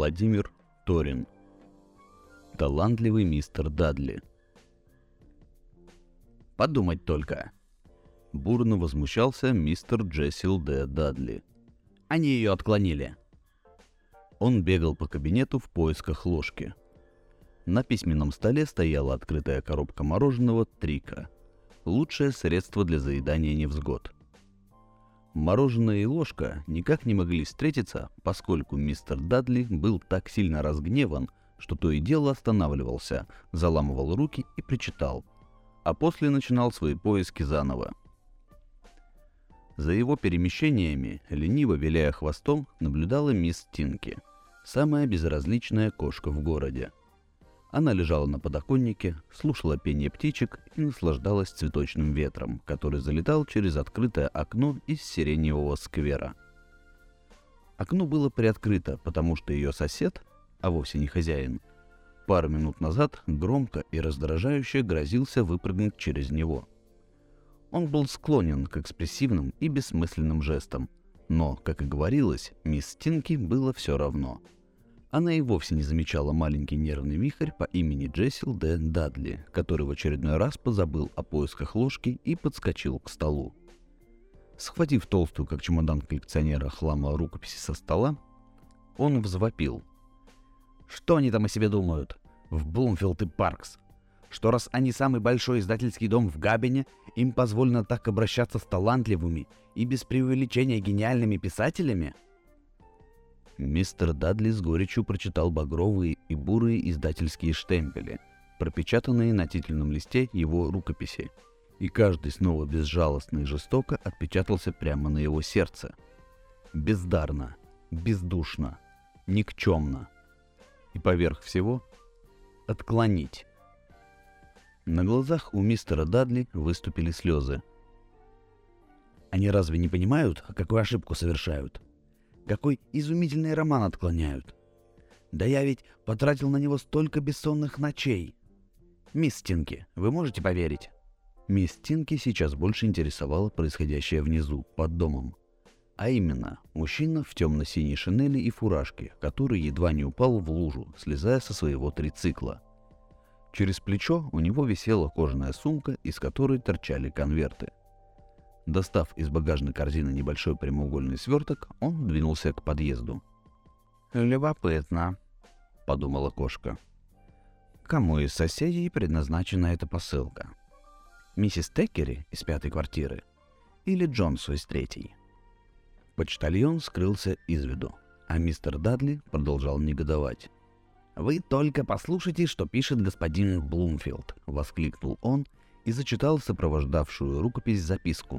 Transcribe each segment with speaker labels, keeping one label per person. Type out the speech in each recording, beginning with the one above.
Speaker 1: Владимир Торин. Талантливый мистер Дадли. Подумать только. Бурно возмущался мистер Джесил Д. Дадли. Они ее отклонили. Он бегал по кабинету в поисках ложки. На письменном столе стояла открытая коробка мороженого Трика. Лучшее средство для заедания невзгод. Мороженое и ложка никак не могли встретиться, поскольку мистер Дадли был так сильно разгневан, что то и дело останавливался, заламывал руки и причитал, а после начинал свои поиски заново. За его перемещениями, лениво виляя хвостом, наблюдала мисс Тинки, самая безразличная кошка в городе. Она лежала на подоконнике, слушала пение птичек и наслаждалась цветочным ветром, который залетал через открытое окно из сиреневого сквера. Окно было приоткрыто, потому что ее сосед, а вовсе не хозяин, пару минут назад громко и раздражающе грозился выпрыгнуть через него. Он был склонен к экспрессивным и бессмысленным жестам, но, как и говорилось, мисс Тинки было все равно. Она и вовсе не замечала маленький нервный вихрь по имени Джесил Д. Дадли, который в очередной раз позабыл о поисках ложки и подскочил к столу. Схватив толстую, как чемодан коллекционера, хлама рукописи со стола, он взвопил. «Что они там о себе думают? В Блумфилд и Паркс? Что раз они самый большой издательский дом в Габбене, им позволено так обращаться с талантливыми и без преувеличения гениальными писателями?» Мистер Дадли с горечью прочитал багровые и бурые издательские штемпели, пропечатанные на титульном листе его рукописи, и каждый снова безжалостно и жестоко отпечатался прямо на его сердце. Бездарно, бездушно, никчемно. И поверх всего — отклонить. На глазах у мистера Дадли выступили слезы. Они разве не понимают, какую ошибку совершают? Какой изумительный роман отклоняют. Да я ведь потратил на него столько бессонных ночей. Мисс Тинки, вы можете поверить? Мисс Тинки сейчас больше интересовало происходящее внизу, под домом. А именно, мужчина в темно-синей шинели и фуражке, который едва не упал в лужу, слезая со своего трицикла. Через плечо у него висела кожаная сумка, из которой торчали конверты. Достав из багажной корзины небольшой прямоугольный сверток, он двинулся к подъезду. «Любопытно», — подумала кошка. «Кому из соседей предназначена эта посылка? Миссис Теккери из 5-й квартиры или Джонсу из 3-й?» Почтальон скрылся из виду, а мистер Дадли продолжал негодовать. «Вы только послушайте, что пишет господин Блумфилд», — воскликнул он и зачитал сопровождавшую рукопись записку.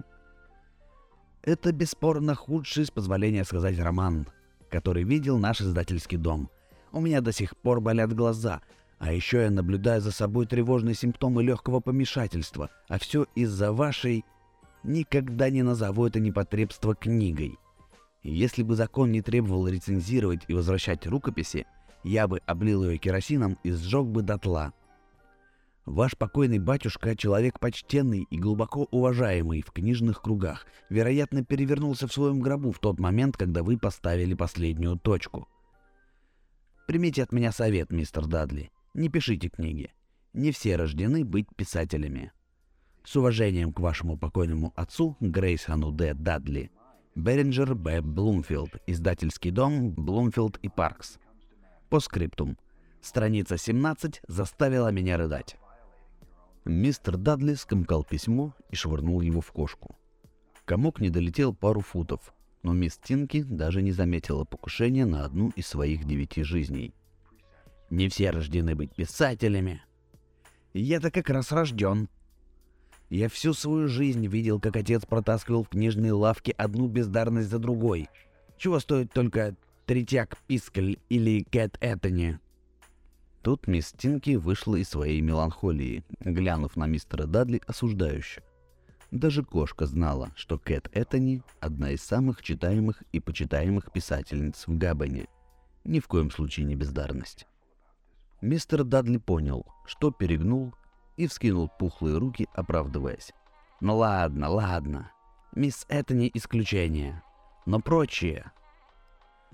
Speaker 1: «Это бесспорно худший, с позволения сказать, роман, который видел наш издательский дом. У меня до сих пор болят глаза, а еще я наблюдаю за собой тревожные симптомы легкого помешательства, а все из-за вашей... Никогда не назову это непотребство книгой. Если бы закон не требовал рецензировать и возвращать рукописи, я бы облил ее керосином и сжег бы дотла. Ваш покойный батюшка, человек почтенный и глубоко уважаемый в книжных кругах, вероятно, перевернулся в своем гробу в тот момент, когда вы поставили последнюю точку. Примите от меня совет, мистер Дадли. Не пишите книги. Не все рождены быть писателями. С уважением к вашему покойному отцу, Грейсону Д. Дадли. Беринджер Б. Блумфилд. Издательский дом Блумфилд и Паркс. По скриптум. Страница 17 заставила меня рыдать. Мистер Дадли скомкал письмо и швырнул его в кошку. Комок не долетел пару футов, но мисс Тинки даже не заметила покушения на одну из своих 9 жизней. «Не все рождены быть писателями. Я-то как раз рожден. Я всю свою жизнь видел, как отец протаскивал в книжные лавки одну бездарность за другой. Чего стоит только Третьяк Пискаль или Кэт Эттони». Тут мисс Тинки вышла из своей меланхолии, глянув на мистера Дадли осуждающе. Даже кошка знала, что Кэт Эттони – одна из самых читаемых и почитаемых писательниц в Габбене. Ни в коем случае не бездарность. Мистер Дадли понял, что перегнул, и вскинул пухлые руки, оправдываясь. «Ну ладно, ладно. Мисс Эттони исключение. Но прочие...»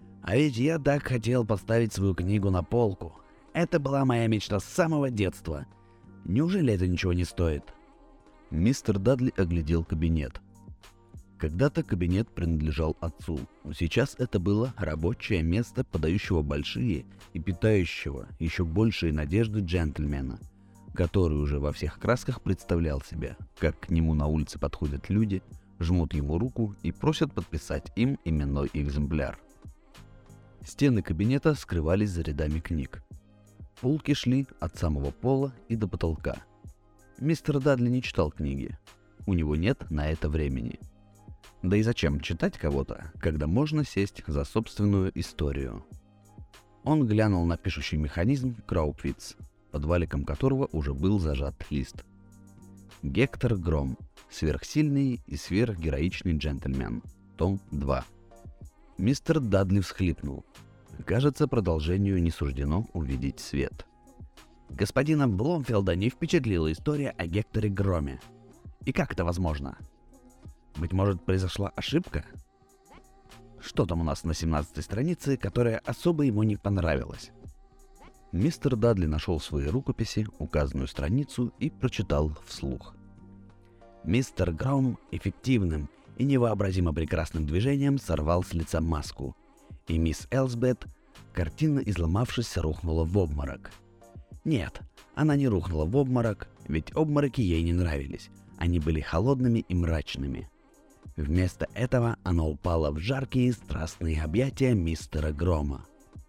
Speaker 2: А ведь я так хотел поставить свою книгу на полку. Это была моя мечта с самого детства. Неужели это ничего не стоит?
Speaker 1: Мистер Дадли оглядел кабинет. Когда-то кабинет принадлежал отцу, но сейчас это было рабочее место подающего большие и питающего еще большие надежды джентльмена, который уже во всех красках представлял себя, как к нему на улице подходят люди, жмут ему руку и просят подписать им именной экземпляр. Стены кабинета скрывались за рядами книг. Полки шли от самого пола и до потолка. Мистер Дадли не читал книги. У него нет на это времени. Да и зачем читать кого-то, когда можно сесть за собственную историю? Он глянул на пишущий механизм Кроупвиц, под валиком которого уже был зажат лист. Гектор Гром. Сверхсильный и сверхгероичный джентльмен. Том 2. Мистер Дадли всхлипнул. Кажется, продолжению не суждено увидеть свет.
Speaker 2: Господина Блумфилда не впечатлила история о Гекторе Громе. И как это возможно? Быть может, произошла ошибка? Что там у нас на 17-й странице, которая особо ему не понравилась?
Speaker 1: Мистер Дадли нашел в своей рукописи указанную страницу и прочитал вслух.
Speaker 2: Мистер Гром эффективным и невообразимо прекрасным движением сорвал с лица маску, и мисс Элсбет, картинно изломавшись, рухнула в обморок. Нет, она не рухнула в обморок, ведь обмороки ей не нравились, они были холодными и мрачными. Вместо этого она упала в жаркие страстные объятия мистера Грома.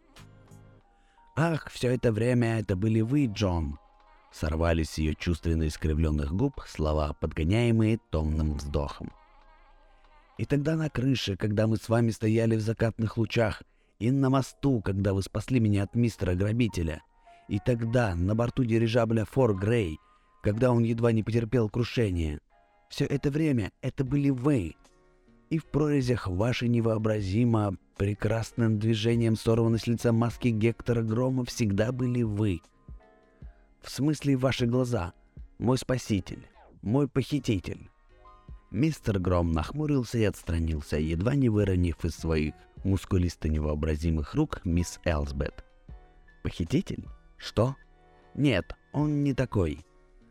Speaker 2: «Ах, все это время это были вы, Джон!» Сорвались с ее чувственно искривленных губ слова, подгоняемые томным вздохом. «И тогда на крыше, когда мы с вами стояли в закатных лучах, и на мосту, когда вы спасли меня от мистера-грабителя, и тогда на борту дирижабля Фор Грей, когда он едва не потерпел крушение. Все это время это были вы. И в прорезях вашей невообразимо прекрасным движением сорванной с лица маски Гектора Грома всегда были вы. В смысле ваши глаза, мой спаситель, мой похититель». Мистер Гром нахмурился и отстранился, едва не выронив из своих мускулисто-невообразимых рук мисс Элсбет. «Похититель? Что? Нет, он не такой.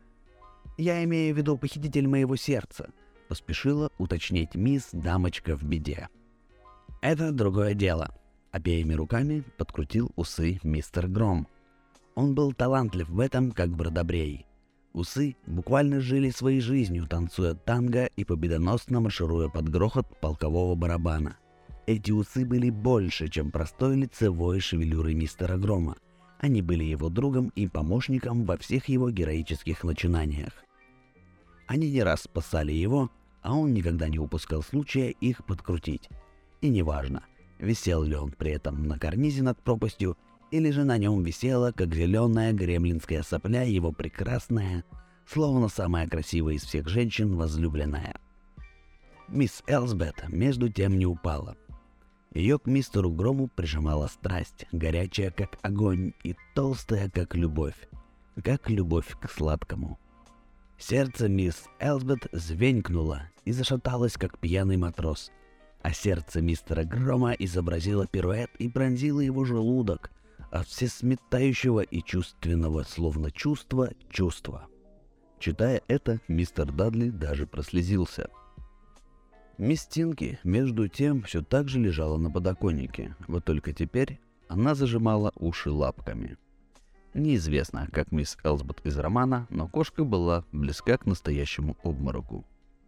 Speaker 2: Я имею в виду похититель моего сердца», — поспешила уточнить мисс Дамочка в беде. «Это другое дело». Обеими руками подкрутил усы мистер Гром. Он был талантлив в этом, как Бродобрей. Усы буквально жили своей жизнью, танцуя танго и победоносно маршируя под грохот полкового барабана. Эти усы были больше, чем простой лицевой шевелюрой мистера Грома. Они были его другом и помощником во всех его героических начинаниях. Они не раз спасали его, а он никогда не упускал случая их подкрутить. И неважно, висел ли он при этом на карнизе над пропастью, или же на нем висела, как зеленая гремлинская сопля, его прекрасная, словно самая красивая из всех женщин, возлюбленная. Мисс Элсбет между тем не упала. Ее к мистеру Грому прижимала страсть, горячая, как огонь, и толстая, как любовь к сладкому. Сердце мисс Элсбет звенькнуло и зашаталось, как пьяный матрос, а сердце мистера Грома изобразило пируэт и пронзило его желудок от всесметающего и чувственного, словно чувства. Читая это, мистер Дадли даже прослезился. Мисс Тинки, между тем, все так же лежала на подоконнике, вот только теперь она зажимала уши лапками. Неизвестно, как мисс Элсбет из романа, но кошка была близка к настоящему обмороку.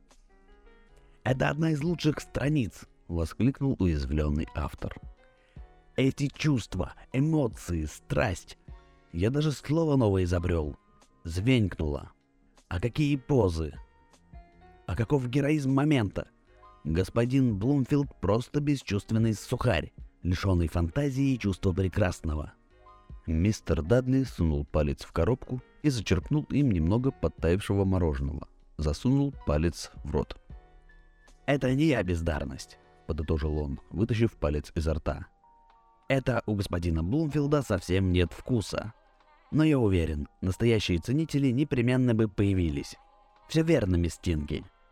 Speaker 2: «Это одна из лучших страниц!» — воскликнул уязвленный автор. «Эти чувства, эмоции, страсть! Я даже слово новое изобрел. Звенькнуло. А какие позы! А каков героизм момента! Господин Блумфилд просто бесчувственный сухарь, лишенный фантазии и чувства прекрасного».
Speaker 1: Мистер Дадли сунул палец в коробку и зачерпнул им немного подтаявшего мороженого. Засунул палец в рот.
Speaker 2: «Это не я бездарность», — подытожил он, вытащив палец изо рта. «Это у господина Блумфилда совсем нет вкуса. Но я уверен, настоящие ценители непременно бы появились. Все верно, мисс Тинки.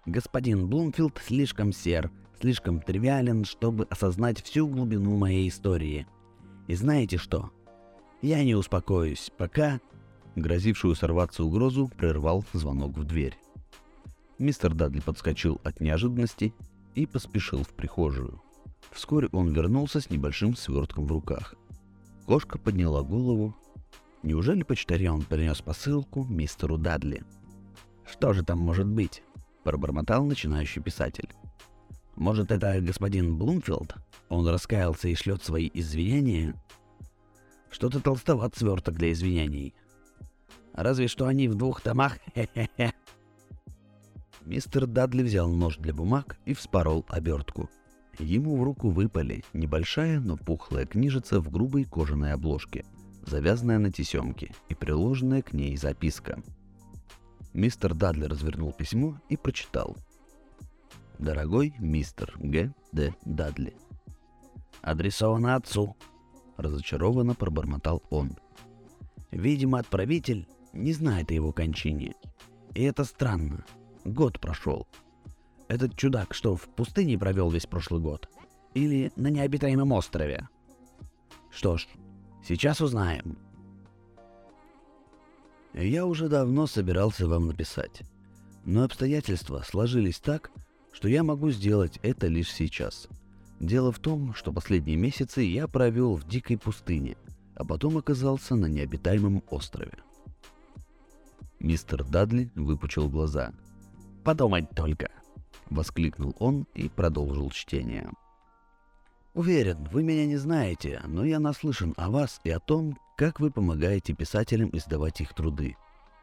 Speaker 2: Господин Блумфилд слишком сер, слишком тривиален, чтобы осознать всю глубину моей истории. И знаете что? Я не успокоюсь, пока...
Speaker 1: Грозившую сорваться угрозу прервал звонок в дверь. Мистер Дадли подскочил от неожиданности и поспешил в прихожую. Вскоре он вернулся с небольшим свертком в руках. Кошка подняла голову. Неужели почтальон принес посылку мистеру Дадли?
Speaker 2: «Что же там может быть?» — пробормотал начинающий писатель. «Может, это господин Блумфилд? Он раскаялся и шлет свои извинения? Что-то толстоват сверток для извинений. Разве что они в 2 томах, хе-хе-хе».
Speaker 1: Мистер Дадли взял нож для бумаг и вспорол обертку. Ему в руку выпали небольшая, но пухлая книжица в грубой кожаной обложке, завязанная на тесемке и приложенная к ней записка. Мистер Дадли развернул письмо и прочитал. «Дорогой мистер Г. Д. Дадли».
Speaker 2: «Адресовано отцу», — разочарованно пробормотал он. «Видимо, отправитель не знает о его кончине. И это странно. Год прошел. Этот чудак что, в пустыне провел весь прошлый год? Или на необитаемом острове? Что ж, сейчас узнаем».
Speaker 1: Я уже давно собирался вам написать, но обстоятельства сложились так, что я могу сделать это лишь сейчас. Дело в том, что последние месяцы я провел в дикой пустыне, а потом оказался на необитаемом острове. Мистер Дадли выпучил глаза.
Speaker 2: «Подумать только!»
Speaker 1: — воскликнул он и продолжил чтение.
Speaker 2: «Уверен, вы меня не знаете, но я наслышан о вас и о том, как вы помогаете писателям издавать их труды.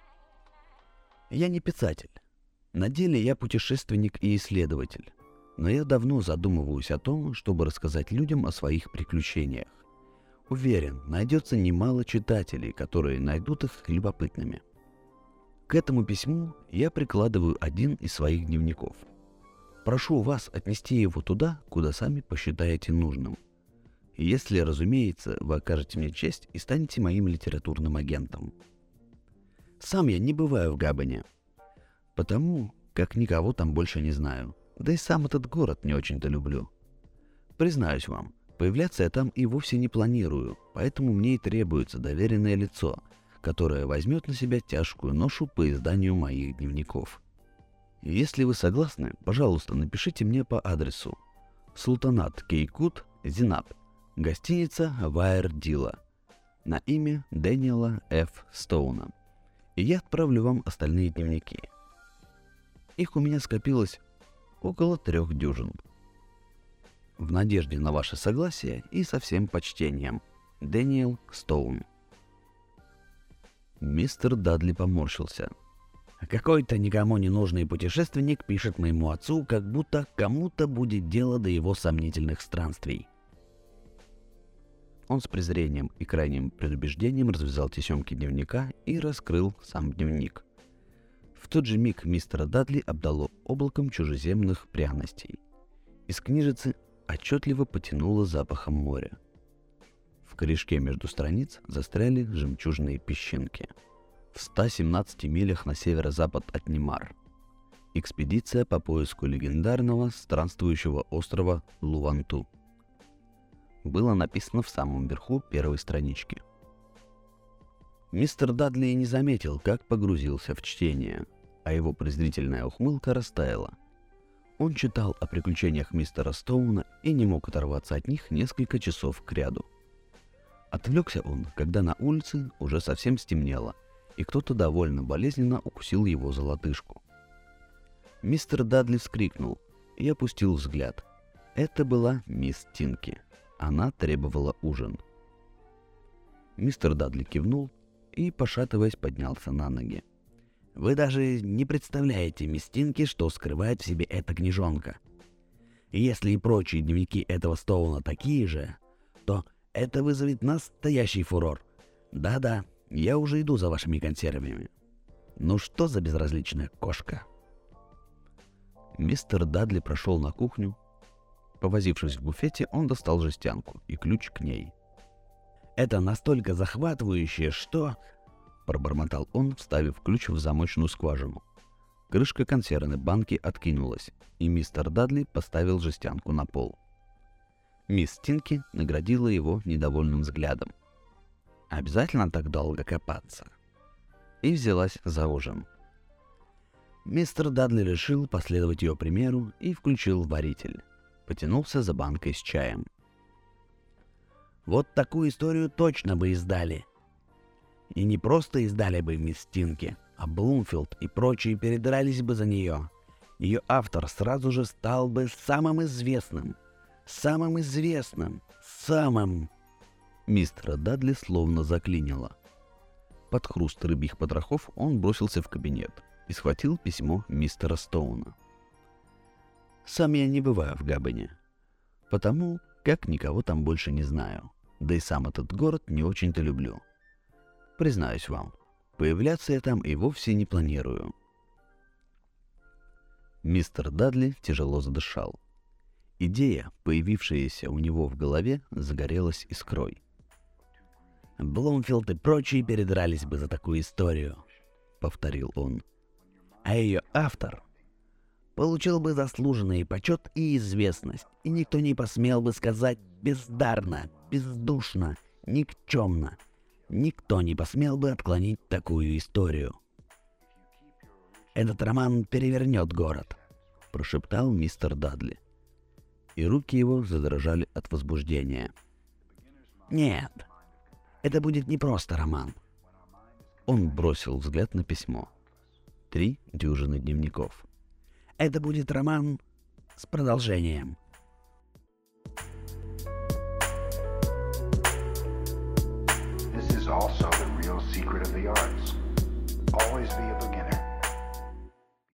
Speaker 2: Я не писатель. На деле я путешественник и исследователь. Но я давно задумываюсь о том, чтобы рассказать людям о своих приключениях. Уверен, найдется немало читателей, которые найдут их любопытными. К этому письму я прикладываю один из своих дневников. Прошу вас отнести его туда, куда сами посчитаете нужным. Если, разумеется, вы окажете мне честь и станете моим литературным агентом. Сам я не бываю в Габоне, потому как никого там больше не знаю, да и сам этот город не очень-то люблю. Признаюсь вам, появляться я там и вовсе не планирую, поэтому мне и требуется доверенное лицо, которое возьмет на себя тяжкую ношу по изданию моих дневников. Если вы согласны, пожалуйста, напишите мне по адресу Султанат Кейкут, Зинаб, гостиница Вайер-Дила, на имя Дэниела Ф. Стоуна, и я отправлю вам остальные дневники. Их у меня скопилось около 3 дюжин. В надежде на ваше согласие и со всем почтением. Дэниел Стоун. Мистер Дадли поморщился. Какой-то никому не нужный путешественник пишет моему отцу, как будто кому-то будет дело до его сомнительных странствий. Он с презрением и крайним предубеждением развязал тесемки дневника и раскрыл сам дневник. В тот же миг мистера Дадли обдало облаком чужеземных пряностей. Из книжицы отчетливо потянуло запахом моря. В корешке между страниц застряли жемчужные песчинки. В 117 милях на северо-запад от Нимар. Экспедиция по поиску легендарного странствующего острова Луванту. Было написано в самом верху первой странички. Мистер Дадли не заметил, как погрузился в чтение, а его презрительная ухмылка растаяла. Он читал о приключениях мистера Стоуна и не мог оторваться от них несколько часов кряду. Отвлекся он, когда на улице уже совсем стемнело, и кто-то довольно болезненно укусил его за лодыжку. Мистер Дадли вскрикнул и опустил взгляд. Это была мисс Тинки. Она требовала ужин. Мистер Дадли кивнул и, пошатываясь, поднялся на ноги. «Вы даже не представляете, мисс Тинки, что скрывает в себе эта книжонка. Если и прочие дневники этого Стоуна такие же, то это вызовет настоящий фурор. Да-да, я уже иду за вашими консервами. Ну что за безразличная кошка?» Мистер Дадли прошел на кухню. Повозившись в буфете, он достал жестянку и ключ к ней. «Это настолько захватывающе, что...» — пробормотал он, вставив ключ в замочную скважину.
Speaker 1: Крышка консервной банки откинулась, и мистер Дадли поставил жестянку на пол. Мисс Тинки наградила его недовольным взглядом. «Обязательно так долго копаться?» И взялась за ужин. Мистер Дадли решил последовать ее примеру и включил варитель. Потянулся за банкой с чаем.
Speaker 2: «Вот такую историю точно бы издали. И не просто издали бы мисс Тинки, а Блумфилд и прочие передрались бы за нее. Ее автор сразу же стал бы самым известным. Мистера Дадли словно заклинило. Под хруст рыбьих потрохов он бросился в кабинет и схватил письмо мистера Стоуна. Сам я не бываю в Габбене, потому как никого там больше не знаю, да и сам этот город не очень-то люблю. Признаюсь вам, появляться я там и вовсе не планирую. Мистер Дадли тяжело задышал. Идея, появившаяся у него в голове, загорелась искрой. «Блумфилд и прочие передрались бы за такую историю», — повторил он. «А ее автор получил бы заслуженный почет и известность, и никто не посмел бы сказать бездарно, бездушно, никчемно. Никто не посмел бы отклонить такую историю. Этот роман перевернет город», — прошептал мистер Дадли. И руки его задрожали от возбуждения. «Нет, это будет не просто роман». Он бросил взгляд на письмо. 3 дюжины дневников. «Это будет роман с продолжением».
Speaker 3: This is also the real secret of the arts. Always be a beginner.